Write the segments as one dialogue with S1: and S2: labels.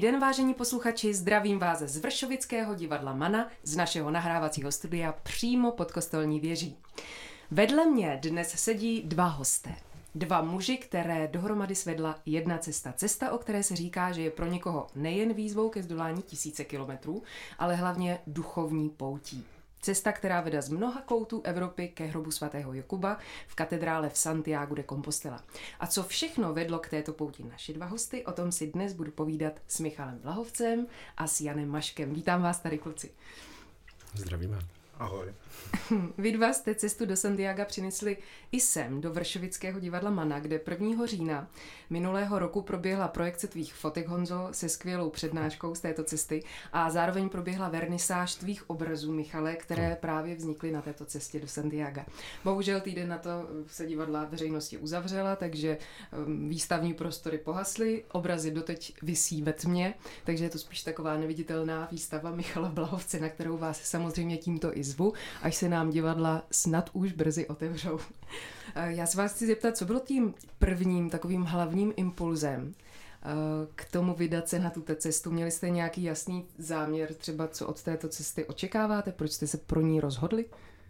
S1: den, vážení posluchači, zdravím vás z Vršovického divadla Mana, z našeho nahrávacího studia přímo pod kostelní věží. Vedle mě dnes sedí dva hosté. Dva muži, které dohromady svedla jedna cesta. Cesta, o které se říká, že je pro někoho nejen výzvou ke zdolání 1000 kilometrů, ale hlavně duchovní poutí. Cesta, která vede z mnoha koutů Evropy ke hrobu svatého Jakuba v katedrále v Santiagu de Compostela. A co všechno vedlo k této pouti naši dva hosty, o tom si dnes budu povídat s Michalem Blahovcem a s Janem Maškem. Vítám vás tady, kluci.
S2: Zdravíme.
S3: Ahoj.
S1: Vy dva jste cestu do Santiaga přinesli i sem, do Vršovického divadla Mana, kde 1. října minulého roku proběhla projekce tvých fotek, Honzo, se skvělou přednáškou z této cesty a zároveň proběhla vernisáž tvých obrazů, Michale, které právě vznikly na této cestě do Santiaga. Bohužel týden na to se divadla veřejnosti uzavřela, takže výstavní prostory pohasly, obrazy doteď visí ve tmě, takže je to spíš taková neviditelná výstava Michala Blahovce, na kterou vás samozřejmě tímto i zvu, až se nám divadla snad už brzy otevřou. Já se vás chci zeptat, co bylo tím prvním takovým hlavním impulzem k tomu vydat se na tuto cestu? Měli jste nějaký jasný záměr, třeba co od této cesty očekáváte? Proč jste se pro ní rozhodli?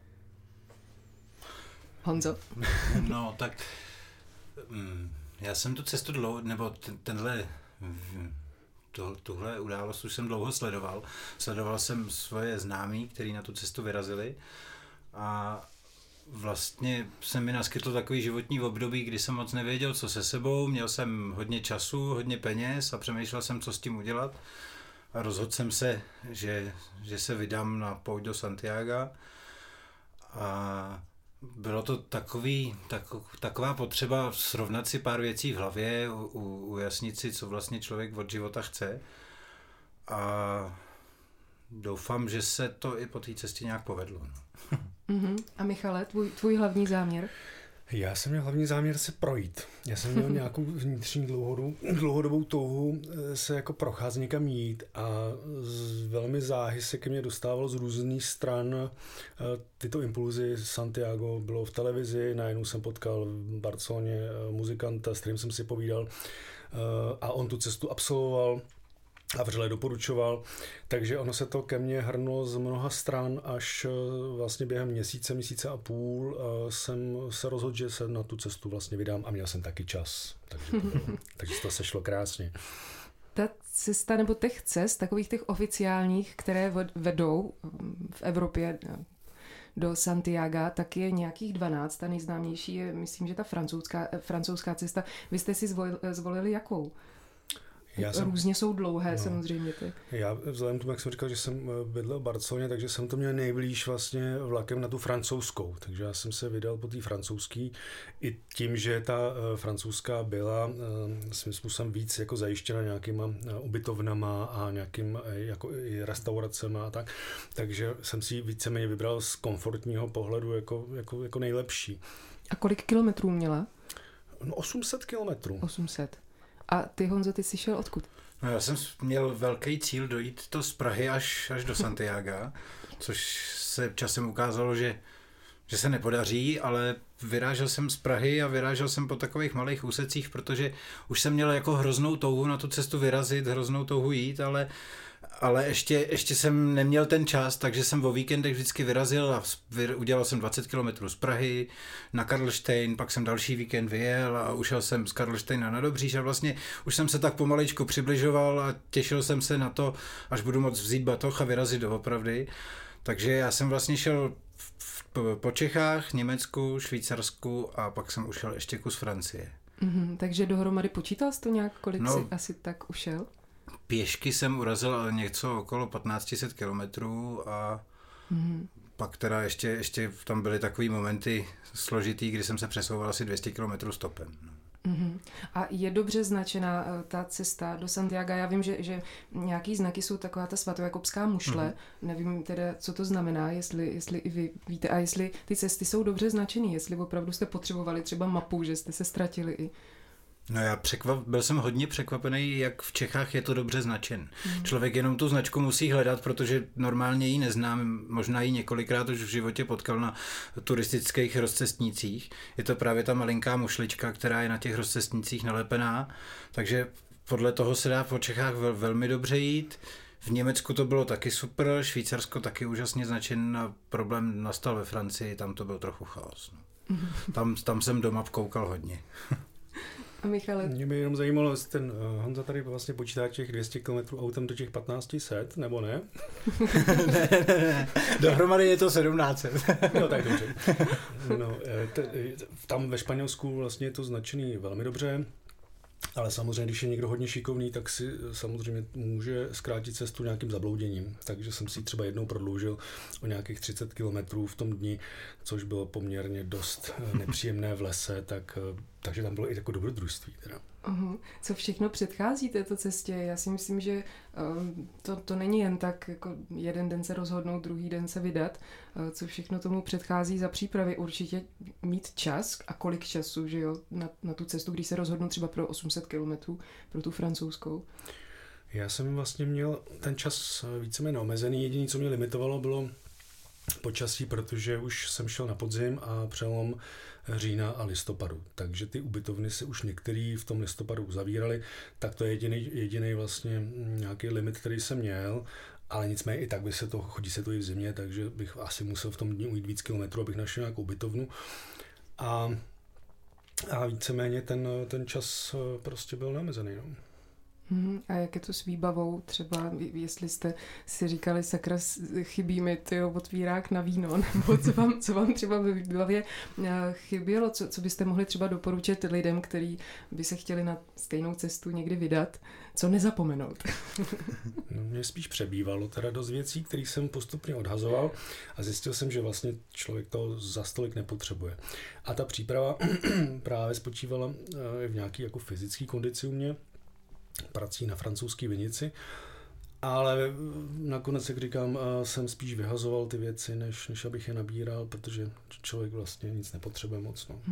S1: Honzo?
S3: No, tak já jsem tu cestu tuhle událost už jsem dlouho sledoval. Sledoval jsem svoje známí, kteří na tu cestu vyrazili a vlastně se mi naskytlo takový životní období, kdy jsem moc nevěděl, co se sebou, měl jsem hodně času, hodně peněz a přemýšlel jsem, co s tím udělat a rozhodl jsem se, že se vydám na pouť do Santiaga a bylo to taková potřeba srovnat si pár věcí v hlavě, ujasnit si, co vlastně člověk od života chce a doufám, že se to i po té cestě nějak povedlo.
S1: A Michale, tvůj hlavní záměr?
S2: Já jsem měl hlavní záměr se projít. Já jsem měl nějakou vnitřní dlouhodobou touhu se jako procházet někam jít a velmi záhy se ke mně dostávalo z různých stran tyto impulzy. Santiago bylo v televizi, najednou jsem potkal v Barceloně muzikanta, s kterým jsem si povídal a on tu cestu absolvoval a vřele doporučoval, takže ono se to ke mně hrnulo z mnoha stran, až vlastně během měsíce a půl jsem se rozhodl, že se na tu cestu vlastně vydám a měl jsem taky čas, takže to sešlo krásně.
S1: Ta cesta nebo těch cest, takových těch oficiálních, které vedou v Evropě do Santiaga, tak je nějakých 12, ta nejznámější je, myslím, že ta francouzská cesta. Vy jste si zvolili jakou? Různě jsou dlouhé, samozřejmě.
S2: Já vzhledem k tomu, jak jsem říkal, že jsem bydlel v Barceloně, takže jsem to měl nejblíž vlastně vlakem na tu francouzskou. Takže já jsem se vydal po té francouzské i tím, že ta francouzská byla svým způsobem víc jako zajištěna nějakýma ubytovnama a nějakým jako i restauracema a tak. Takže jsem si víceméně vybral z komfortního pohledu jako nejlepší.
S1: A kolik kilometrů měla?
S2: No 800 kilometrů.
S1: 800. A ty, Honzo, ty jsi šel odkud?
S3: No, já jsem měl velký cíl dojít to z Prahy až do Santiaga, což se časem ukázalo, že se nepodaří, ale vyrážel jsem z Prahy a vyrážel jsem po takových malých úsecích, protože už jsem měl jako hroznou touhu na tu cestu vyrazit, hroznou touhu jít, ale ještě jsem neměl ten čas, takže jsem o víkendech vždycky vyrazil a udělal jsem 20 km z Prahy na Karlštejn, pak jsem další víkend vyjel a ušel jsem z Karlštejna na Dobříž a vlastně už jsem se tak pomaličku přibližoval a těšil jsem se na to, až budu moct vzít batoh a vyrazit doopravdy. Takže já jsem vlastně šel po Čechách, Německu, Švýcarsku a pak jsem ušel ještě kus Francie.
S1: Takže dohromady počítal jsi to nějak, kolik jsi asi tak ušel?
S3: Pěšky jsem urazil něco okolo 1500 kilometrů a pak teda ještě tam byly takový momenty složitý, kdy jsem se přesouval asi 200 kilometrů stopem.
S1: A je dobře značená ta cesta do Santiaga? Já vím, že nějaký znaky jsou taková ta svatojakobská mušle. Nevím teda, co to znamená, jestli i vy víte a jestli ty cesty jsou dobře značený, jestli opravdu jste potřebovali třeba mapu, že jste se ztratili i.
S3: No já byl jsem hodně překvapený, jak v Čechách je to dobře značen. Člověk jenom tu značku musí hledat, protože normálně ji neznám, možná ji několikrát už v životě potkal na turistických rozcestnících. Je to právě ta malinká mušlička, která je na těch rozcestnících nalepená, takže podle toho se dá po Čechách velmi dobře jít. V Německu to bylo taky super, Švýcarsko taky úžasně značen a problém nastal ve Francii, tam to byl trochu chaos. No. Tam jsem doma koukal hodně.
S1: A Michale?
S2: Mě by jenom zajímalo, jestli ten Honza tady vlastně počítá těch 200 km autem do těch 1500, nebo ne?
S3: ne. Dohromady je to 1700.
S2: No tak dobře. No, tam ve Španělsku vlastně je to značený velmi dobře. Ale samozřejmě, když je někdo hodně šikovný, tak si samozřejmě může zkrátit cestu nějakým zablouděním. Takže jsem si třeba jednou prodloužil o nějakých 30 kilometrů v tom dni, což bylo poměrně dost nepříjemné v lese, takže tam bylo i jako dobrodružství. Teda.
S1: Co všechno předchází této cestě? Já si myslím, že to není jen tak, jako jeden den se rozhodnout, druhý den se vydat. Co všechno tomu předchází za přípravy? Určitě mít čas a kolik času, že jo, na tu cestu, když se rozhodnu třeba pro 800 kilometrů, pro tu francouzskou.
S2: Já jsem vlastně měl ten čas víceméně omezený. Jediné, co mě limitovalo, bylo počasí, protože už jsem šel na podzim a přelom října a listopadu. Takže ty ubytovny se už některý v tom listopadu uzavíraly, tak to je jediný vlastně nějaký limit, který jsem měl, ale nicméně i tak chodí se to i v zimě, takže bych asi musel v tom dní ujít víc kilometrů, abych našel nějakou ubytovnu. A víceméně ten čas prostě byl neomezený. No.
S1: A jak je to s výbavou? Třeba jestli jste si říkali, sakra, chybí mi otvírák na víno, nebo co vám třeba ve výbavě chybělo, co byste mohli třeba doporučit lidem, kteří by se chtěli na stejnou cestu někdy vydat, co nezapomenout?
S2: No, mě spíš přebývalo teda dost věcí, které jsem postupně odhazoval a zjistil jsem, že vlastně člověk to za stolik nepotřebuje. A ta příprava právě spočívala v nějaký jako fyzické kondici u mě, prací na francouzské vinici, ale nakonec, jak říkám, jsem spíš vyhazoval ty věci, než abych je nabíral, protože člověk vlastně nic nepotřebuje moc. No.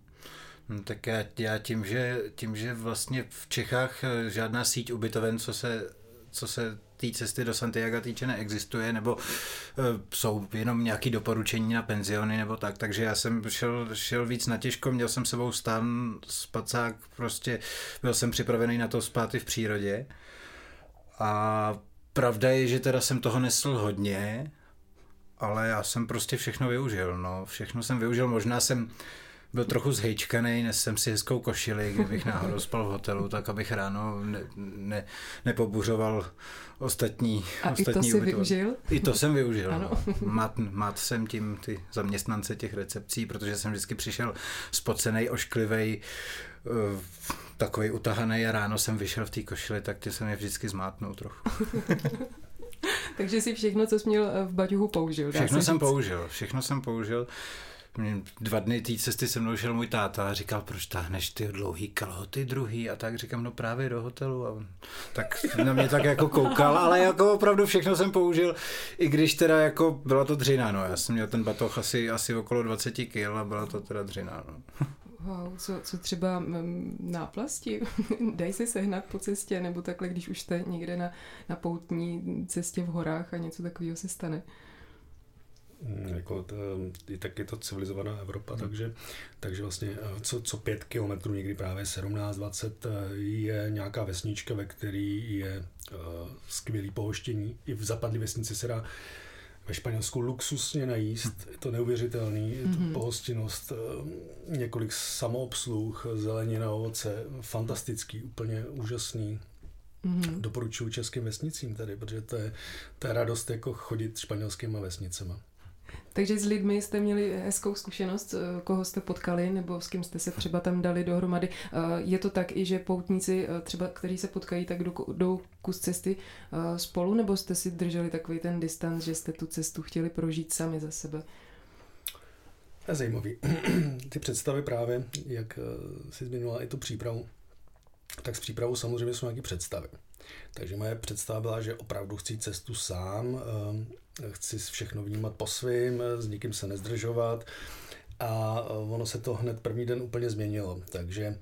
S3: No, tak já tím, že vlastně v Čechách žádná síť ubytoven, co se té cesty do Santiaga týče, neexistuje, nebo jsou jenom nějaké doporučení na penziony nebo tak, takže já jsem šel víc na těžko, měl jsem sebou stan, spacák, prostě byl jsem připravený na to spát i v přírodě a pravda je, že teda jsem toho nesl hodně, ale já jsem prostě všechno využil, všechno jsem využil, možná jsem byl trochu zhejčkanej, nesl jsem si hezkou košili, kdybych náhodou spal v hotelu, tak abych ráno nepobuřoval ostatní
S1: i to si využil?
S3: I to jsem využil. Ano. Mát jsem tím ty zaměstnance těch recepcí, protože jsem vždycky přišel spocenej, ošklivej, takovej utahanej a ráno jsem vyšel v té košili, tak ty jsem je vždycky zmátnul trochu.
S1: Takže si všechno, co jsi měl v baťuhu, použil.
S3: Všechno jsem použil. 2 dny té cesty se mnou šel můj táta a říkal, proč táhneš ty dlouhý kalhoty druhý a tak říkám, no právě do hotelu a tak na mě tak jako koukal, ale jako opravdu všechno jsem použil, i když teda jako byla to dřina, já jsem měl ten batoh asi okolo 20 kg a byla to teda dřina,
S1: Wow, co třeba náplasti? Dají se sehnat po cestě, nebo takhle, když už jste někde na poutní cestě v horách a něco takového se stane?
S2: Tak je to civilizovaná Evropa, takže vlastně co 5 kilometrů, někdy právě 17-20 je nějaká vesnička, ve který je skvělý pohoštění. I v zapadlé vesnici se dá ve Španělsku luxusně najíst, je to neuvěřitelný, je to pohostinnost, několik samoobsluh, zelenina, ovoce, fantastický, úplně úžasný. Doporučuji českým vesnicím tady, protože to je radost jako chodit španělskýma vesnicema.
S1: Takže s lidmi jste měli hezkou zkušenost, koho jste potkali nebo s kým jste se třeba tam dali dohromady. Je to tak i, že poutníci, třeba kteří se potkají, tak jdou kus cesty spolu, nebo jste si drželi takový ten distanc, že jste tu cestu chtěli prožít sami za sebe?
S2: To je zajímavý. Ty představy právě, jak jsi zmínila i tu přípravu, tak s přípravou samozřejmě jsou nějaké představy. Takže moje představa byla, že opravdu chci cestu sám, chci všechno vnímat po svým, s nikým se nezdržovat a ono se to hned první den úplně změnilo. Takže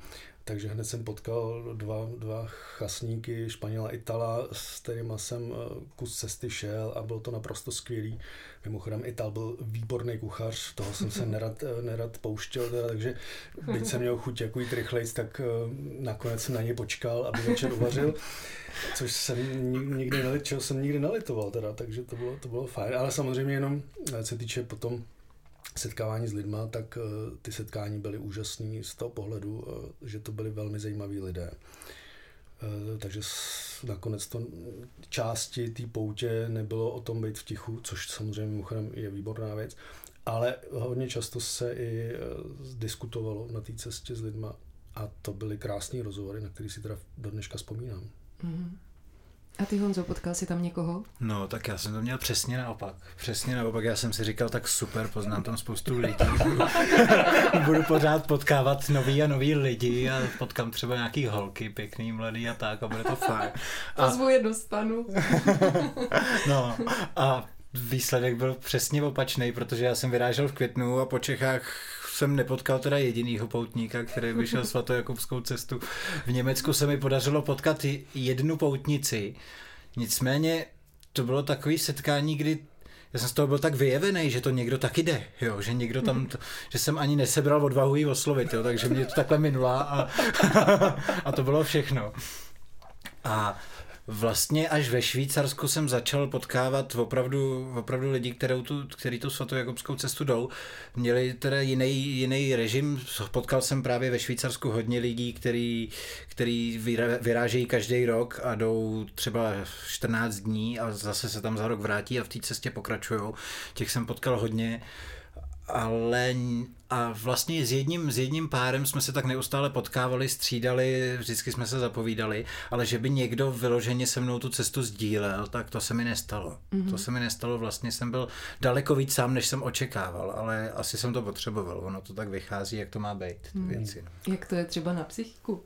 S2: takže hned jsem potkal dva chasníky, Španěla, Itala, s kterýma jsem kus cesty šel a bylo to naprosto skvělý. Mimochodem Ital byl výborný kuchař, toho jsem se nerad pouštěl, teda, takže byť jsem měl chuť jako jít rychlejc, tak nakonec jsem na něj počkal, aby večer uvařil, což jsem nikdy nelitoval, teda, takže to bylo fajn, ale samozřejmě jenom, co se týče potom setkávání s lidma, tak ty setkání byly úžasný z toho pohledu, že to byli velmi zajímaví lidé. Takže nakonec to části té poutě nebylo o tom být v tichu, což samozřejmě mimochodem je výborná věc, ale hodně často se i diskutovalo na té cestě s lidma a to byly krásný rozhovory, na který si teda do dneška vzpomínám.
S1: Mm-hmm. A ty, Honzo, potkal jsi tam někoho?
S3: No, tak já jsem to měl přesně naopak. Já jsem si říkal, tak super, poznám tam spoustu lidí. Budu pořád potkávat nový lidi a potkám třeba nějaký holky, pěkný, mladý a tak a bude to fajn.
S1: Pozvu je dostanu.
S3: No a výsledek byl přesně opačný, protože já jsem vyrážel v květnu a po Čechách jsem nepotkal teda jedinýho poutníka, který by šel svatojakubskou cestu. V Německu se mi podařilo potkat jednu poutnici, nicméně to bylo takové setkání, kdy já jsem z toho byl tak vyjevený, že to někdo taky jde, jo, že někdo tam, že jsem ani nesebral odvahu jí oslovit, jo, takže mě to takhle minula a to bylo všechno. A vlastně až ve Švýcarsku jsem začal potkávat opravdu lidi, kteří tu svatojakubskou cestu jdou. Měli teda jiný režim. Potkal jsem právě ve Švýcarsku hodně lidí, kteří vyrážejí každý rok a jdou třeba 14 dní a zase se tam za rok vrátí a v té cestě pokračují. Těch jsem potkal hodně. A vlastně s jedním párem jsme se tak neustále potkávali, střídali, vždycky jsme se zapovídali, ale že by někdo vyloženě se mnou tu cestu sdílel, tak to se mi nestalo. Mm-hmm. To se mi nestalo, vlastně jsem byl daleko víc sám, než jsem očekával, ale asi jsem to potřeboval, ono to tak vychází, jak to má být, ty věci.
S1: Jak to je třeba na psychiku?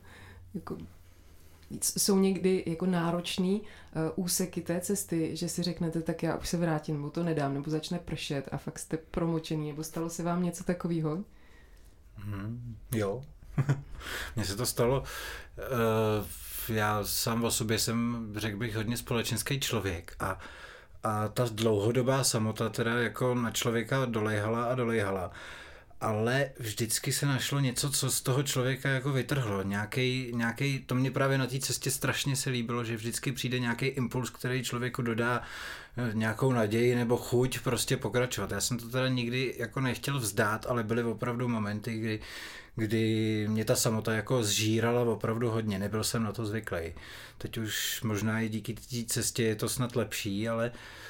S1: Jsou někdy jako náročný úseky té cesty, že si řeknete, tak já už se vrátím, nebo to nedám, nebo začne pršet a fakt jste promočený, nebo stalo se vám něco takového?
S3: Jo, mně se to stalo. Já sám o sobě jsem, řekl bych, hodně společenský člověk a ta dlouhodobá samota teda jako na člověka dolejhala. Ale vždycky se našlo něco, co z toho člověka jako vytrhlo. Nějaký, to mě právě na té cestě strašně se líbilo, že vždycky přijde nějaký impuls, který člověku dodá nějakou naději nebo chuť prostě pokračovat. Já jsem to teda nikdy jako nechtěl vzdát, ale byly opravdu momenty, kdy mě ta samota jako zžírala opravdu hodně. Nebyl jsem na to zvyklý. Teď už možná i díky té cestě je to snad lepší, ale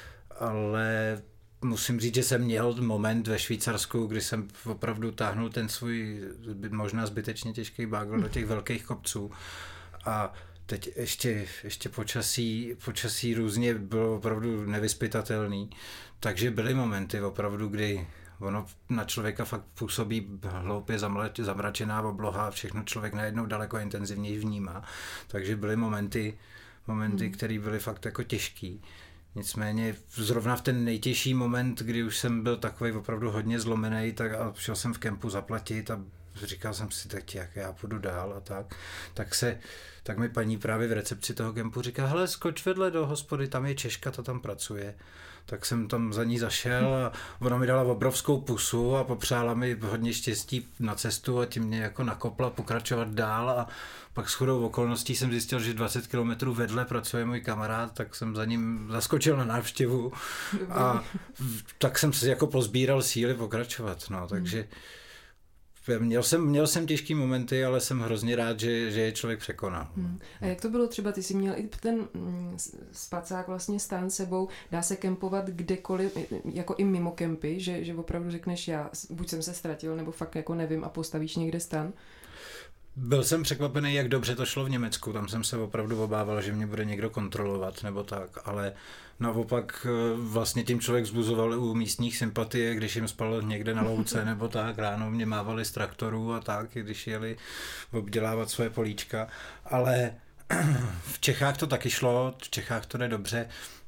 S3: musím říct, že jsem měl moment ve Švýcarsku, kdy jsem opravdu táhnul ten svůj možná zbytečně těžký bagel do těch velkých kopců a teď ještě počasí různě bylo opravdu nevyzpytatelný, takže byly momenty opravdu, kdy ono na člověka fakt působí hloupě zamračená obloha a všechno člověk najednou daleko intenzivněji vnímá, takže byly momenty, které byly fakt jako těžký. Nicméně zrovna v ten nejtěžší moment, kdy už jsem byl takový opravdu hodně zlomený, tak a šel jsem v kempu zaplatit a říkal jsem si, tak jak já půjdu dál a tak mi paní právě v recepci toho kempu říká, hele, skoč vedle do hospody, tam je Češka, ta tam pracuje. Tak jsem tam za ní zašel a ona mi dala obrovskou pusu a popřála mi hodně štěstí na cestu a tím mě jako nakopla pokračovat dál a pak shodou okolností jsem zjistil, že 20 kilometrů vedle pracuje můj kamarád, tak jsem za ním zaskočil na návštěvu a tak jsem si jako pozbíral síly pokračovat, no, takže Měl jsem těžký momenty, ale jsem hrozně rád, že je člověk překonal.
S1: A jak to bylo třeba, ty jsi měl i ten spacák vlastně stán sebou, dá se kempovat kdekoliv, jako i mimo kempy, že opravdu řekneš, já buď jsem se ztratil, nebo fakt jako nevím a postavíš někde stan?
S3: Byl jsem překvapený, jak dobře to šlo v Německu, tam jsem se opravdu obával, že mě bude někdo kontrolovat nebo tak, ale naopak vlastně tím člověk vzbuzoval u místních sympatie, když jim spal někde na louce nebo tak, ráno mě mávali z traktorů a tak, když jeli obdělávat svoje políčka, ale v Čechách to taky šlo, v Čechách to jde dobře.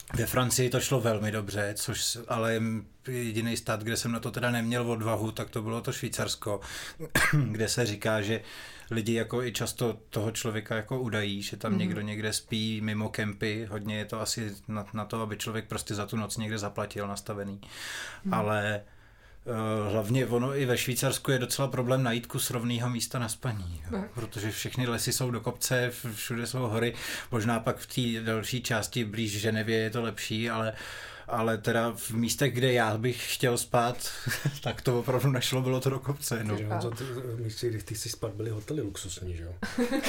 S3: Ve Francii to šlo velmi dobře, což ale jediný stát, kde jsem na to teda neměl odvahu, tak to bylo to Švýcarsko, kde se říká, že lidi jako i často toho člověka jako udají, že tam někdo někde spí mimo kempy, hodně je to asi na to, aby člověk prostě za tu noc někde zaplatil nastavený, ale hlavně ono i ve Švýcarsku je docela problém najít kus rovného místa na spaní, protože všechny lesy jsou do kopce, všude jsou hory, možná pak v té další části blíž Ženevě je to lepší, ale teda v místech, kde já bych chtěl spát, tak to opravdu nešlo, bylo to do kopce. No.
S2: V místě, kde ty jsi spát, byly hotely luxusní, že jo?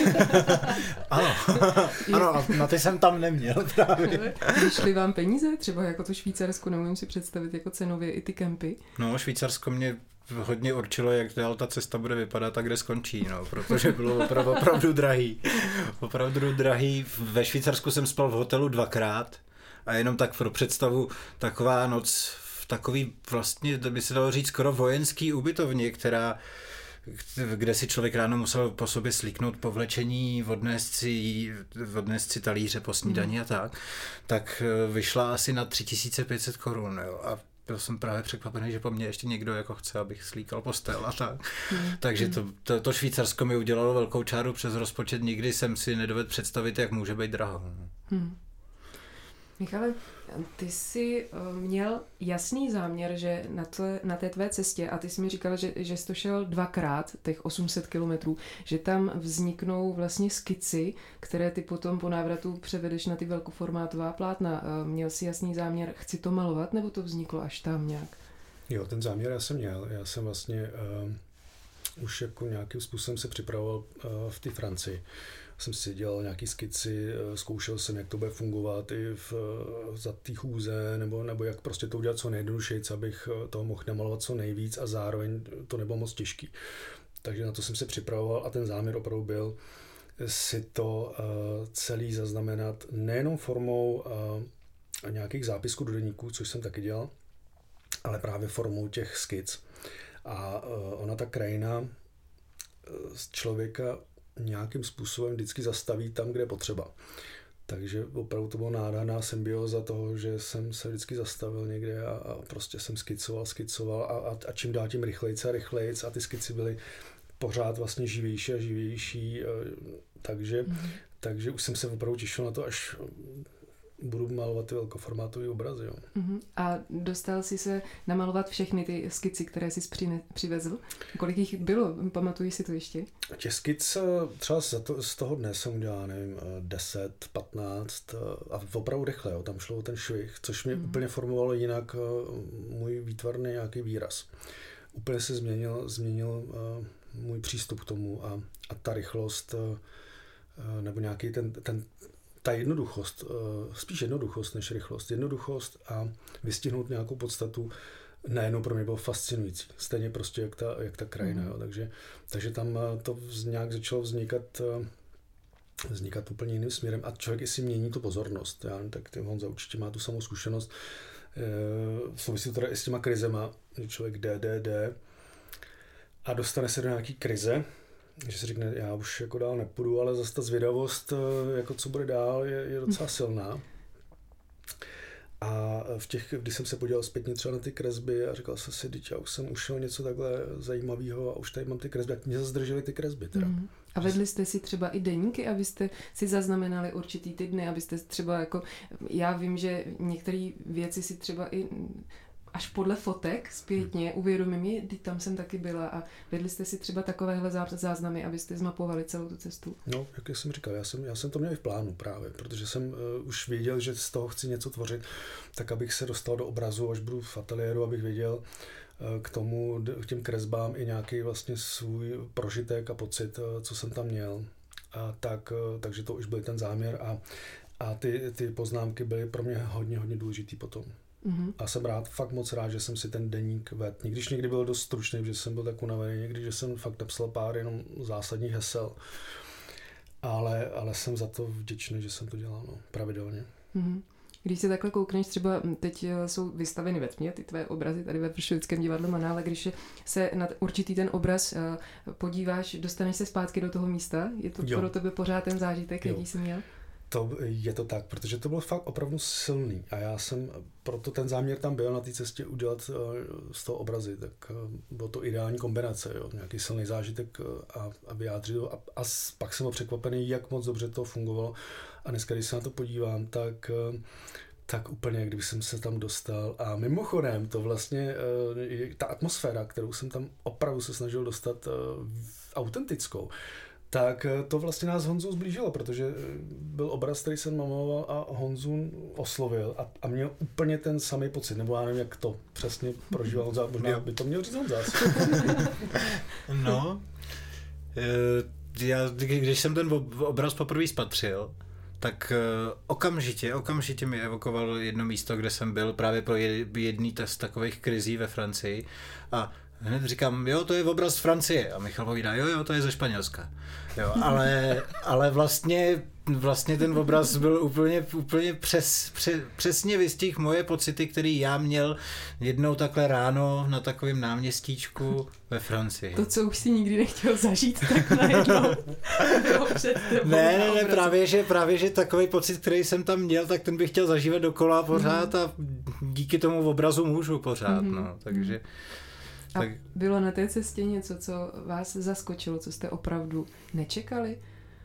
S3: Ano, a na ty jsem tam neměl právě.
S1: Vyšly vám peníze, třeba jako to Švýcarsko, neumím si představit jako cenově i ty kempy?
S3: No, Švýcarsko mě hodně určilo, jak dál ta cesta bude vypadat a kde skončí, no, protože bylo opravdu drahý. Opravdu drahý. Ve Švýcarsku jsem spal v hotelu 2krát. A jenom tak pro představu, taková noc v takový vlastně, by se dalo říct, skoro vojenský ubytovně, kde si člověk ráno musel po sobě slíknout povlečení, odnést si talíře po snídani a tak vyšla asi na 3500 korun. Jo. A byl jsem právě překvapený, že po mně ještě někdo jako chce, abych slíkal postel a tak. Takže to Švýcarsko mi udělalo velkou čáru přes rozpočet. Nikdy jsem si nedovedl představit, jak může být draho.
S1: Michale, ty jsi měl jasný záměr, že na té tvé cestě, a ty jsi mi říkal, že jsi to šel 2krát, těch 800 kilometrů, že tam vzniknou vlastně skici, které ty potom po návratu převedeš na ty velkoformátová plátna. Měl jsi jasný záměr, chci to malovat, nebo to vzniklo až tam nějak?
S2: Jo, ten záměr já jsem měl. Já jsem vlastně už jako nějakým způsobem se připravoval v té Francii. Jsem si dělal nějaký skici, zkoušel jsem, jak to bude fungovat i za té chůze, nebo jak prostě to udělat co nejjednodušeji, abych toho mohl namalovat co nejvíc a zároveň to nebylo moc těžký. Takže na to jsem se připravoval a ten záměr opravdu byl si to celý zaznamenat nejenom formou nějakých zápisků do deníků, což jsem taky dělal, ale právě formou těch skic. A ona ta krajina z člověka nějakým způsobem vždycky zastaví tam, kde je potřeba. Takže opravdu to bylo nádherná symbioza toho, že jsem se vždycky zastavil někde a prostě jsem skicoval a čím dál tím rychlejc a ty skici byly pořád vlastně živější a živější, takže už jsem se opravdu těšil na to, až budu malovat ty velkoformátové obrazy. Jo.
S1: A dostal jsi se namalovat všechny ty skici, které jsi přivezl? Kolik jich bylo? Pamatuji si to ještě?
S2: Těch skic třeba z toho dne jsem udělal, nevím, 10, 15 a opravdu rychle. Jo. Tam šlo o ten švih, což mě úplně formovalo jinak můj výtvarný nějaký výraz. Úplně se změnil můj přístup k tomu a ta rychlost nebo nějaký ta jednoduchost, spíš jednoduchost než rychlost. Jednoduchost a vystihnout nějakou podstatu najednou pro mě bylo fascinující. Stejně prostě jak ta krajina. Jo. Takže tam to nějak začalo vznikat úplně jiným směrem a člověk i si mění tu pozornost. Tak ty Honza určitě má tu samou zkušenost. Souvisí to teda i s těma krizema, že člověk jde a dostane se do nějaký krize, že si řekne, já už jako dál nepůjdu, ale zase ta zvědavost, jako co bude dál, je docela silná. A když jsem se podíval zpětně třeba na ty kresby a říkal jsem si, já už jsem ušel něco takhle zajímavého a už tady mám ty kresby, jak mě zazdržely ty kresby teda.
S1: A vedli jste si třeba i deníky, abyste si zaznamenali určitý ty dny, abyste třeba jako, já vím, že některé věci si třeba i až podle fotek zpětně uvědomím je, když tam jsem taky byla a vedli jste si třeba takovéhle záznamy, abyste zmapovali celou tu cestu?
S2: No, jak jsem říkal, já jsem to měl i v plánu právě, protože jsem už věděl, že z toho chci něco tvořit, tak abych se dostal do obrazu, až budu v ateliéru, abych věděl k těm kresbám i nějaký vlastně svůj prožitek a pocit, co jsem tam měl. A takže to už byl ten záměr a ty poznámky byly pro mě hodně důležitý potom. A jsem fakt moc rád, že jsem si ten deník vedl. Když někdy byl dost stručný, že jsem byl tak unavený, někdy, že jsem fakt napsal pár jenom zásadních hesel. Ale jsem za to vděčný, že jsem to dělal pravidelně.
S1: Když se takhle koukneš, třeba teď jsou vystaveny ve tmě ty tvé obrazy tady ve Vršovickém divadle Mana, ale když se na určitý ten obraz podíváš, dostaneš se zpátky do toho místa? Je to pro tebe pořád ten zážitek, jaký jsi měl?
S2: Je to tak, protože to bylo fakt opravdu silný a já jsem, proto ten záměr tam byl na té cestě udělat z toho obrazy, tak bylo to ideální kombinace, jo? Nějaký silný zážitek a vyjádřit ho a pak jsem byl překvapený, jak moc dobře to fungovalo a dneska, když se na to podívám, tak úplně, když jsem se tam dostal a mimochodem to vlastně, ta atmosféra, kterou jsem tam opravdu se snažil dostat autentickou, tak to vlastně nás s Honzou zblížilo, protože byl obraz, který jsem maloval a Honzu oslovil a měl úplně ten samý pocit, nebo já nevím, jak to přesně prožíval Honza, možná by to měl říct Honza.
S3: No, když jsem ten obraz poprvé spatřil, tak okamžitě mi evokoval jedno místo, kde jsem byl právě pro jedný z takových krizí ve Francii a hned říkám, jo, to je obraz z Francie. A Michal povídá, jo, to je ze Španělska. Jo, ale vlastně ten obraz byl úplně přesně vystihl moje pocity, které já měl jednou takhle ráno na takovém náměstíčku ve Francii.
S1: To, co už si nikdy nechtěl zažít, tak najednou bylo před tebou.
S3: Ne, právě, že takový pocit, který jsem tam měl, tak ten bych chtěl zažívat dokola pořád a díky tomu obrazu můžu pořád, no, takže...
S1: A bylo na té cestě něco, co vás zaskočilo, co jste opravdu nečekali?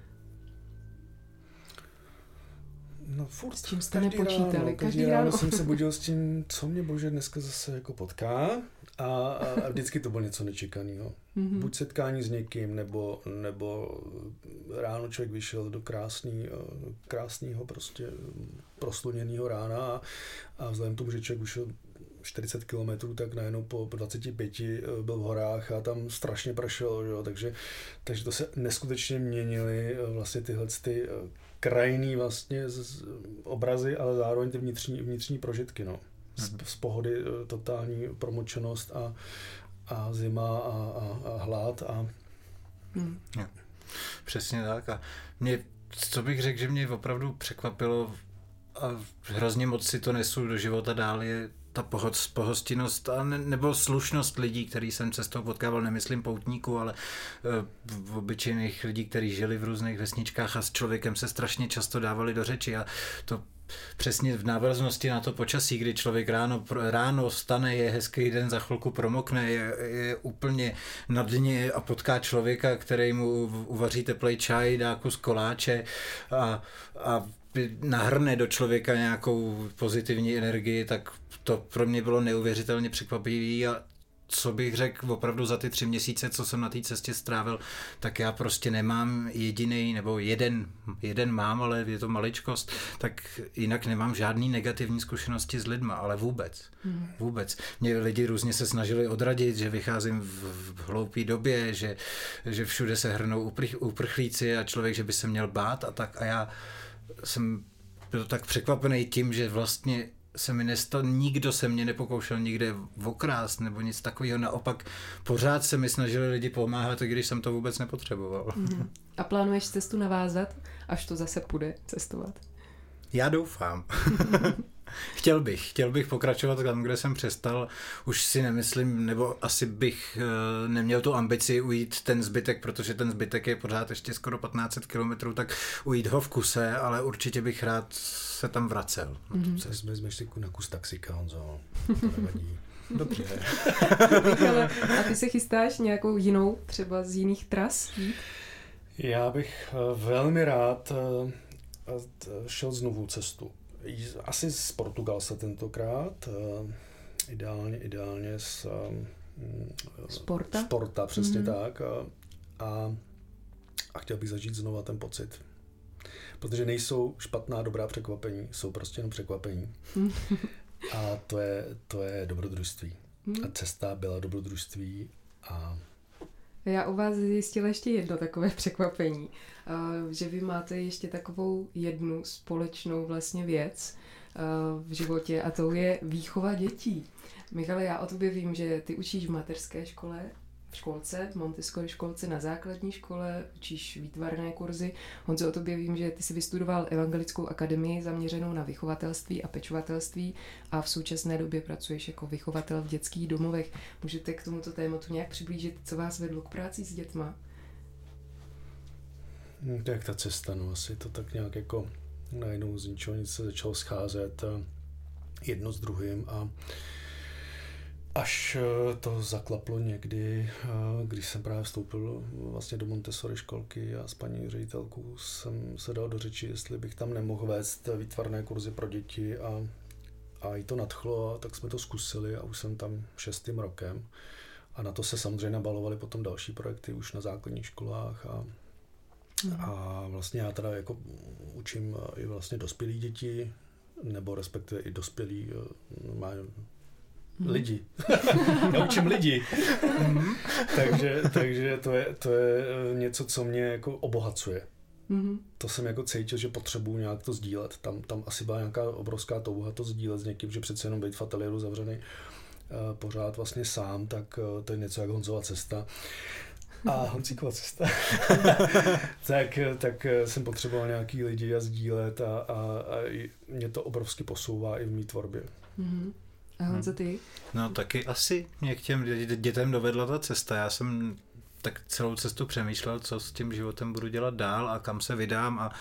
S2: No furt.
S1: S čím jste nepočítali?
S2: Každý ráno jsem se budil s tím, co mě bože dneska zase jako potká a vždycky to bylo něco nečekaného. Buď setkání s někým, nebo ráno člověk vyšel do krásného prostě prosluněného rána a vzhledem k tomu, že člověk vyšel 40 kilometrů, tak najednou po 25 byl v horách a tam strašně pršelo, jo? Takže to se neskutečně měnily vlastně tyhle krajinný vlastně obrazy, ale zároveň ty vnitřní prožitky, no. Z pohody totální promočenost a zima a hlad a...
S3: Ja, přesně tak a co bych řekl, že mě opravdu překvapilo a hrozně moc si to nesu do života dál, je ta pohostinnost nebo slušnost lidí, který jsem cestou potkával, nemyslím poutníků, ale obyčejných lidí, kteří žili v různých vesničkách a s člověkem se strašně často dávali do řeči a to přesně v návaznosti na to počasí, kdy člověk ráno vstane, je hezký den, za chvilku promokne, je úplně na dně a potká člověka, který mu uvaří teplej čaj, dá kus koláče a nahrne do člověka nějakou pozitivní energii, tak to pro mě bylo neuvěřitelně překvapivé a co bych řekl opravdu za ty 3 měsíce, co jsem na té cestě strávil, tak já prostě nemám jedinej, nebo jeden mám, ale je to maličkost, tak jinak nemám žádný negativní zkušenosti s lidma, ale vůbec. Vůbec. Mě lidi různě se snažili odradit, že vycházím v hloupé době, že všude se hrnou uprchlíci a člověk, že by se měl bát a tak a já jsem byl tak překvapený tím, že vlastně se mi nestalo, nikdo se mě nepokoušel nikde okrást nebo nic takového, naopak pořád se mi snažili lidi pomáhat, i když jsem to vůbec nepotřeboval.
S1: A plánuješ cestu navázat, až to zase půjde cestovat?
S3: Já doufám. Chtěl bych pokračovat tam, kde jsem přestal. Už si nemyslím, nebo asi bych neměl tu ambici ujít ten zbytek, protože ten zbytek je pořád ještě skoro 1500 kilometrů, tak ujít ho v kuse, ale určitě bych rád se tam vracel.
S2: Vezmeš si na kus taxika, Honzo. To nevadí.
S3: Dobře.
S1: Michale, a ty se chystáš nějakou jinou, třeba z jiných tras?
S2: Já bych velmi rád šel znovu cestu. Asi z Portugalska tentokrát, ideálně z Sporta, přesně tak. A chtěl bych zažít znova ten pocit. Protože nejsou špatná, dobrá překvapení, jsou prostě jenom překvapení. A to je dobrodružství. A cesta byla dobrodružství a... Já
S1: u vás zjistila ještě jedno takové překvapení, že vy máte ještě takovou jednu společnou vlastně věc v životě a to je výchova dětí. Michale, já o tobě vím, že ty učíš v mateřské škole, v školce, v Montessori školce na základní škole, učíš výtvarné kurzy. Honzo, o tobě vím, že ty jsi vystudoval Evangelickou akademii zaměřenou na vychovatelství a pečovatelství a v současné době pracuješ jako vychovatel v dětských domovech. Můžete k tomuto tématu nějak přiblížit, co vás vedlo k práci s dětma?
S2: Jak ta cesta, no asi to tak nějak jako najednou z ničeho nic se začalo scházet jedno s druhým a až to zaklaplo někdy, když jsem právě vstoupil vlastně do Montessori školky a s paní ředitelkou jsem se dal do řeči, jestli bych tam nemohl vést výtvarné kurzy pro děti a jí to nadchlo, a tak jsme to zkusili a už jsem tam 6. rokem. A na to se samozřejmě nabalovaly potom další projekty už na základních školách a vlastně já teda jako učím i vlastně dospělí děti, nebo respektive i dospělí lidi. Já učím lidi. takže to je něco, co mě jako obohacuje. To jsem jako cítil, že potřebuji nějak to sdílet. Tam asi byla nějaká obrovská touha to sdílet s někým, že přece jenom být v ateliéru zavřený pořád vlastně sám, tak to je něco jak Honzova cesta. A Honzíkova cesta. tak jsem potřeboval nějaký lidi a sdílet a mě to obrovsky posouvá i v mý tvorbě.
S1: A Honzo, ty?
S3: No taky asi mě k těm dětem dovedla ta cesta. Já jsem tak celou cestu přemýšlel, co s tím životem budu dělat dál a kam se vydám a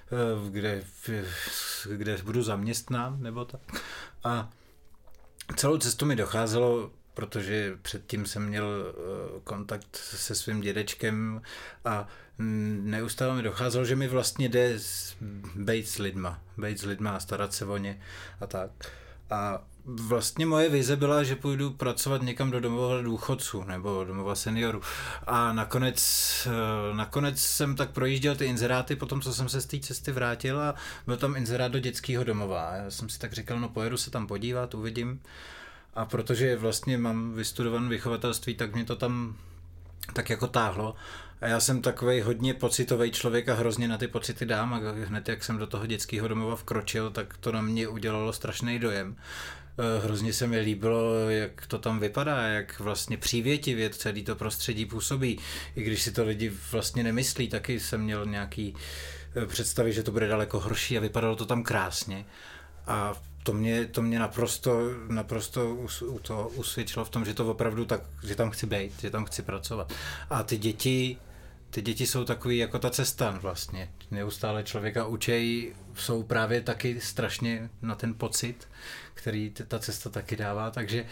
S3: kde budu zaměstnán nebo tak. A celou cestu mi docházelo, protože předtím jsem měl kontakt se svým dědečkem a neustále mi docházelo, že mi vlastně jde být s lidma a starat se o ně a tak. A vlastně moje vize byla, že půjdu pracovat někam do domova důchodců nebo domova seniorů. A nakonec jsem tak projížděl ty inzeráty, potom co jsem se z té cesty vrátil a byl tam inzerát do dětského domova. A já jsem si tak říkal, no pojedu se tam podívat, uvidím. A protože vlastně mám vystudované vychovatelství, tak mě to tam tak jako táhlo. A já jsem takovej hodně pocitový člověk a hrozně na ty pocity dám a hned jak jsem do toho dětského domova vkročil, tak to na mě udělalo strašný dojem. Hrozně se mi líbilo, jak to tam vypadá, jak vlastně přívětivě celý to prostředí působí. I když si to lidi vlastně nemyslí, taky jsem měl nějaký představy, že to bude daleko horší a vypadalo to tam krásně. A to mě naprosto usvědčilo v tom, že to opravdu tak, že tam chci být, že tam chci pracovat. A ty děti jsou takový jako ta cesta vlastně. Neustále člověka učej, jsou právě taky strašně na ten pocit, který ta cesta taky dává, takže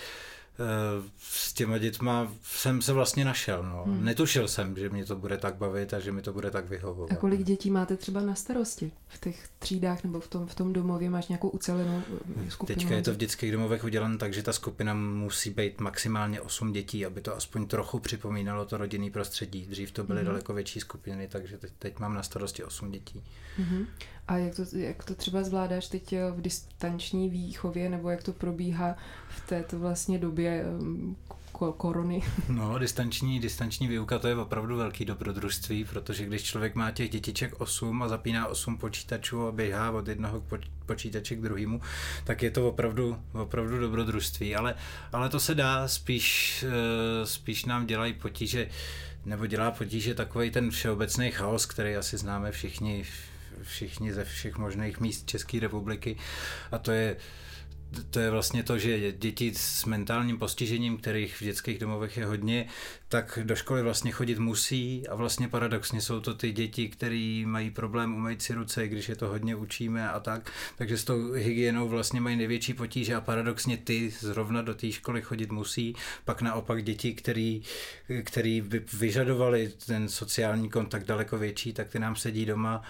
S3: s těma dětma jsem se vlastně našel. No. Netušil jsem, že mě to bude tak bavit a že mi to bude tak vyhovovat.
S1: A kolik dětí máte třeba na starosti v těch třídách nebo v tom domově? Máš nějakou ucelenou skupinu?
S3: Teďka je to v dětských domovech udělané tak, že ta skupina musí být maximálně 8 dětí, aby to aspoň trochu připomínalo to rodinné prostředí. Dřív to byly daleko větší skupiny, takže teď mám na starosti 8 dětí.
S1: A jak to třeba zvládáš teď v distanční výchově, nebo jak to probíhá v této vlastně době korony?
S3: No, distanční výuka, to je opravdu velký dobrodružství, protože když člověk má těch dětiček 8 a zapíná 8 počítačů a běhá od jednoho počítače k druhému, tak je to opravdu dobrodružství, ale to se dá, spíš nám dělají potíže, nebo dělá potíže takovej ten všeobecný chaos, který asi známe všichni ze všech možných míst České republiky, a to je vlastně to, že děti s mentálním postižením, kterých v dětských domovech je hodně, tak do školy vlastně chodit musí a vlastně paradoxně jsou to ty děti, který mají problém umýt si ruce, když je to hodně učíme a tak, takže s tou hygienou vlastně mají největší potíže a paradoxně ty zrovna do té školy chodit musí, pak naopak děti, který by vyžadovali ten sociální kontakt daleko větší, tak ty nám sedí doma.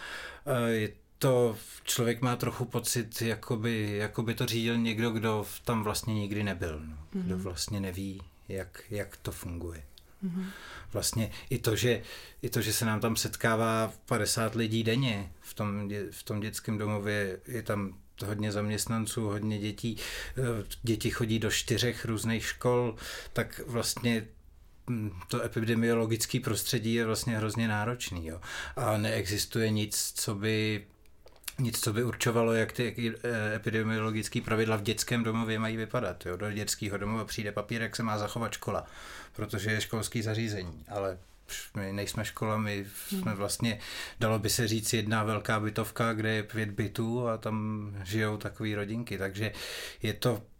S3: To člověk má trochu pocit, jako by to řídil někdo, kdo tam vlastně nikdy nebyl. No. Kdo vlastně neví, jak to funguje. Vlastně i to, že se nám tam setkává 50 lidí denně v tom dětském domově, je tam hodně zaměstnanců, hodně dětí. Děti chodí do 4 různých škol, tak vlastně to epidemiologické prostředí je vlastně hrozně náročný. Jo. A neexistuje nic, co by určovalo, jak ty epidemiologické pravidla v dětském domově mají vypadat. Jo. Do dětského domova přijde papír, jak se má zachovat škola, protože je školský zařízení, ale my nejsme škola, my jsme vlastně, dalo by se říct, jedna velká bytovka, kde je 5 bytů a tam žijou takové rodinky, takže je to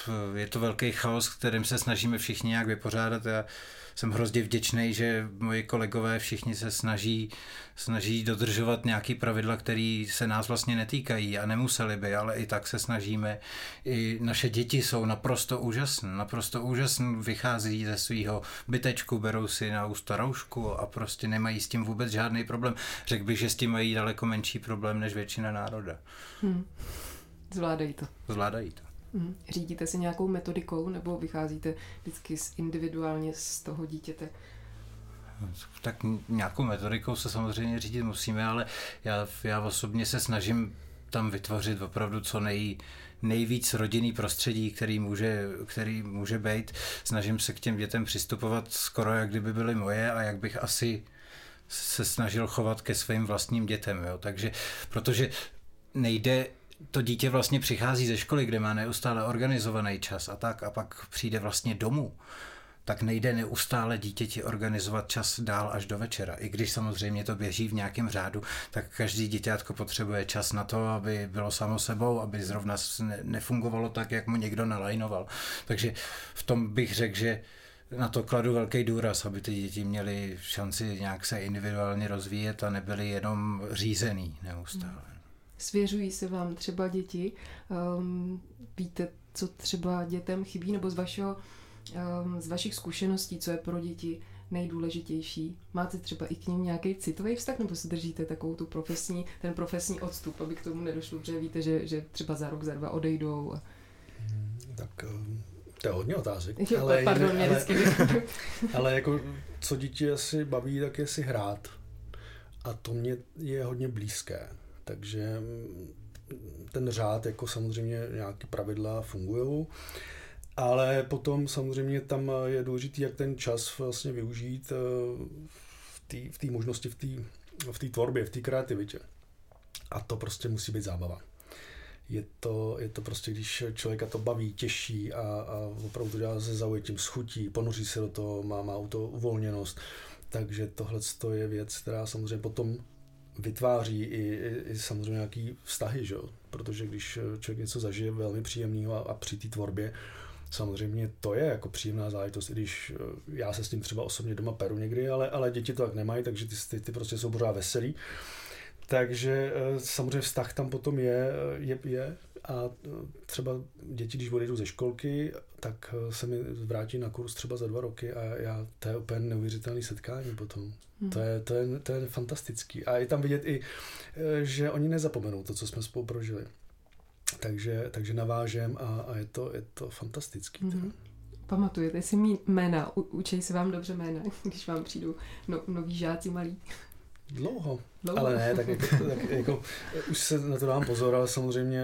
S3: je to velký chaos, s kterým se snažíme všichni nějak vypořádat. Já jsem hrozně vděčný, že moji kolegové všichni se snaží dodržovat nějaký pravidla, které se nás vlastně netýkají a nemuseli by, ale i tak se snažíme. I naše děti jsou naprosto úžasné, vychází ze svého bytečku, berou si na ústa roušku a prostě nemají s tím vůbec žádný problém. Řekl bych, že s tím mají daleko menší problém než většina národa.
S1: Zvládají to.
S3: Zvládají to.
S1: Řídíte si nějakou metodikou nebo vycházíte vždycky individuálně z toho dítěte?
S3: Tak nějakou metodikou se samozřejmě řídit musíme, ale já osobně se snažím tam vytvořit opravdu co nejvíc rodinný prostředí, který může být. Snažím se k těm dětem přistupovat skoro jak kdyby byly moje a jak bych asi se snažil chovat ke svým vlastním dětem. Jo? Takže, protože nejde, to dítě vlastně přichází ze školy, kde má neustále organizovaný čas a pak přijde vlastně domů. Tak nejde neustále dítěti organizovat čas dál až do večera. I když samozřejmě to běží v nějakém řádu, tak každý děťátko potřebuje čas na to, aby bylo samo sebou, aby zrovna nefungovalo tak, jak mu někdo nalajnoval. Takže v tom bych řekl, že na to kladu velký důraz, aby ty děti měly šanci nějak se individuálně rozvíjet a nebyly jenom řízený neustále.
S1: Svěřují se vám třeba děti? Víte, co třeba dětem chybí, nebo z vašich zkušeností, co je pro děti nejdůležitější? Máte třeba i k nim nějaký citový vztah, nebo si držíte takovou ten profesní odstup, aby k tomu nedošlo, protože víte, že třeba za rok, za 2 odejdou?
S2: Tak to je hodně otázek. Ale jako co děti asi baví, tak je si hrát. A to mě je hodně blízké. Takže ten řád, jako samozřejmě nějaké pravidla fungují, ale potom samozřejmě tam je důležitý, jak ten čas vlastně využít v té možnosti, v té tvorbě, v té kreativitě. A to prostě musí být zábava. Je to prostě, když člověka to baví, těší a opravdu to dělá se zaujetím, s chutí, ponoří se do toho, má to uvolněnost. Takže tohle je věc, která samozřejmě potom vytváří i samozřejmě nějaký vztahy, že? Protože když člověk něco zažije velmi příjemného a při té tvorbě, samozřejmě to je jako příjemná záležitost, i když já se s tím třeba osobně doma peru někdy, ale děti to tak nemají, takže ty prostě jsou pořád veselí. Takže samozřejmě vztah tam potom je a třeba děti, když odejdou ze školky, tak se mi vrátí na kurz třeba za 2 roky a to je úplně neuvěřitelné setkání potom. To je fantastický. A je tam vidět i, že oni nezapomenou to, co jsme spolu prožili. Takže navážem a je to fantastický.
S1: Pamatujete si jména? Učí se vám dobře jména, když vám přijdou noví žáci malí?
S2: Dlouho. Ale ne, tak jako už se na to dám pozor, ale samozřejmě,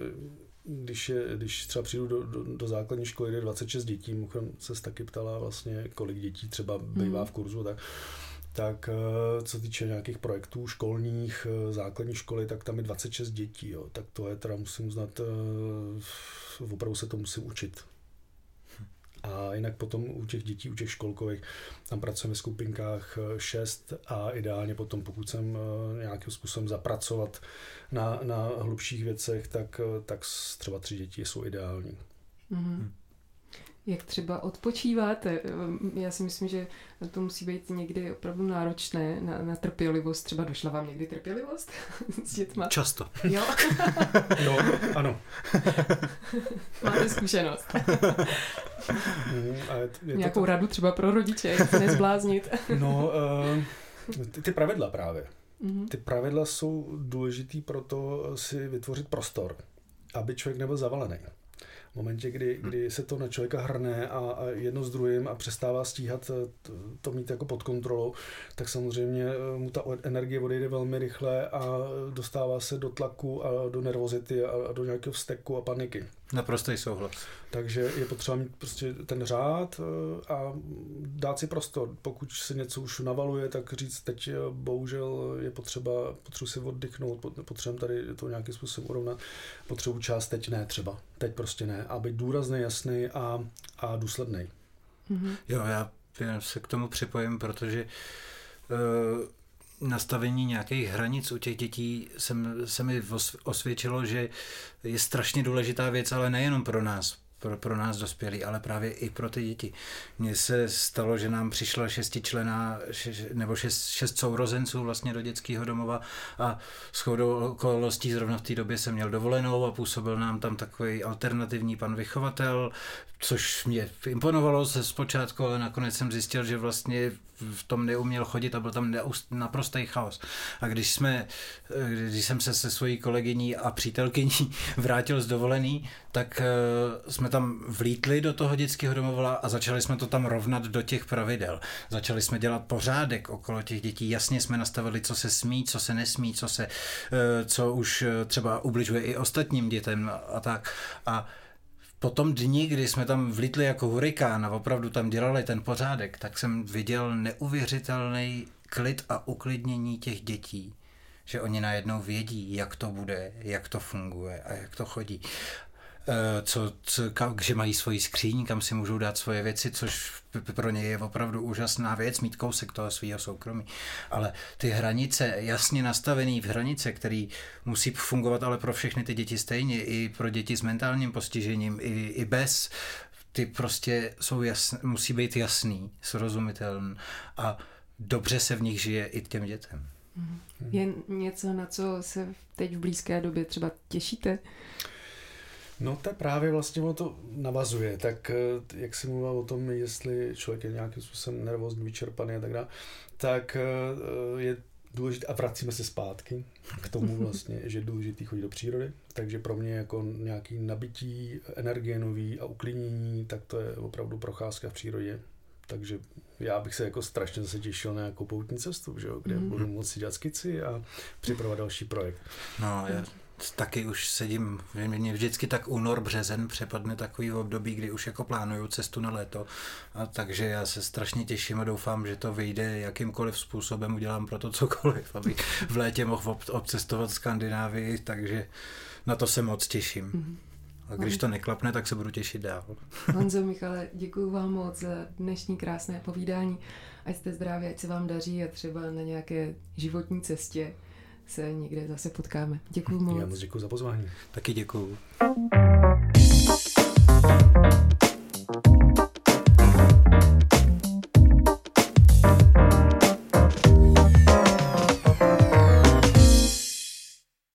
S2: když třeba přijdu do základní školy, kde je 26 dětí, mimochodem se taky ptala vlastně, kolik dětí třeba bývá v kurzu, tak co týče nějakých projektů školních, základní školy, tak tam je 26 dětí, jo. Tak to je teda, musím uznat, opravdu se to musím učit. A jinak potom u těch dětí, u těch školkových, tam pracujeme v skupinkách 6 a ideálně potom, pokud jsem nějakým způsobem zapracovat na hlubších věcech, tak třeba 3 děti jsou ideální.
S1: Jak třeba odpočíváte? Já si myslím, že to musí být někdy opravdu náročné na trpělivost. Třeba došla vám někdy trpělivost s dětma?
S3: Často.
S1: Jo?
S2: No, ano.
S1: Máte zkušenost. Nějakou
S2: to
S1: radu třeba pro rodiče, jak se nezbláznit?
S2: No, ty pravidla právě. Ty pravidla jsou důležitý pro to si vytvořit prostor, aby člověk nebyl zavalený. V momentě, kdy se to na člověka hrne a jedno s druhým a přestává stíhat to mít jako pod kontrolou, tak samozřejmě mu ta energie odejde velmi rychle a dostává se do tlaku a do nervozity a do nějakého vzteku a paniky.
S3: Naprostý souhlas.
S2: Takže je potřeba mít prostě ten řád a dát si prostor. Pokud se něco už navaluje, tak říct, teď bohužel je potřebuji si oddychnout, potřebujeme tady to nějakým způsobem urovnat, potřebuji čas, teď ne třeba, teď prostě ne. A být důrazný, jasný a důsledný.
S3: Jo, já se k tomu připojím, protože nastavení nějakých hranic u těch dětí se mi osvědčilo, že je strašně důležitá věc, ale nejenom pro nás, pro nás dospělý, ale právě i pro ty děti. Mně se stalo, že nám přišla 6 sourozenců vlastně do dětského domova a shodou okolností zrovna v té době jsem měl dovolenou a působil nám tam takový alternativní pan vychovatel, což mě imponovalo se zpočátku, ale nakonec jsem zjistil, že vlastně v tom neuměl chodit a byl tam naprostý chaos. A když jsem se se svojí kolegyní a přítelkyní vrátil z dovolený, tak jsme tam vlítli do toho dětského domova a začali jsme to tam rovnat do těch pravidel. Začali jsme dělat pořádek okolo těch dětí. Jasně jsme nastavili, co se smí, co se nesmí, co už třeba ubližuje i ostatním dětem a tak. A po tom dni, kdy jsme tam vlítli jako hurikán a opravdu tam dělali ten pořádek, tak jsem viděl neuvěřitelný klid a uklidnění těch dětí, že oni najednou vědí, jak to bude, jak to funguje a jak to chodí. Že mají svoji skříň, kam si můžou dát svoje věci, což pro ně je opravdu úžasná věc, mít kousek toho svého soukromí. Ale ty hranice, jasně nastavené hranice, které musí fungovat ale pro všechny ty děti stejně, i pro děti s mentálním postižením, i bez, ty prostě musí být jasný, srozumitelný a dobře se v nich žije i těm dětem.
S1: Je něco, na co se teď v blízké době třeba těšíte?
S2: No to právě vlastně ono to navazuje, tak jak jsi mluvil o tom, jestli člověk je nějakým způsobem nervózní, vyčerpaný a tak dále, tak je důležité, a vracíme se zpátky k tomu vlastně, že je důležité chodit do přírody, takže pro mě jako nějaký nabití energie nový a uklidnění, tak to je opravdu procházka v přírodě. Takže já bych se jako strašně zase těšil na nějakou poutní cestu, že jo, kde budu moci dělat skici a připravovat další projekt.
S3: No, já taky už sedím, mě vždycky tak únor, březen přepadne takový období, kdy už jako plánuju cestu na léto, a takže já se strašně těším a doufám, že to vyjde jakýmkoliv způsobem, udělám pro to cokoliv, abych v létě mohl obcestovat Skandinávii, takže na to se moc těším. A když to neklapne, tak se budu těšit dál.
S1: Honzo, Michale, děkuju vám moc za dnešní krásné povídání. Ať jste zdraví, ať se vám daří a třeba na nějaké životní cestě se někde zase potkáme. Děkuju moc.
S2: Já moc děkuju za pozvání.
S3: Taky děkuju.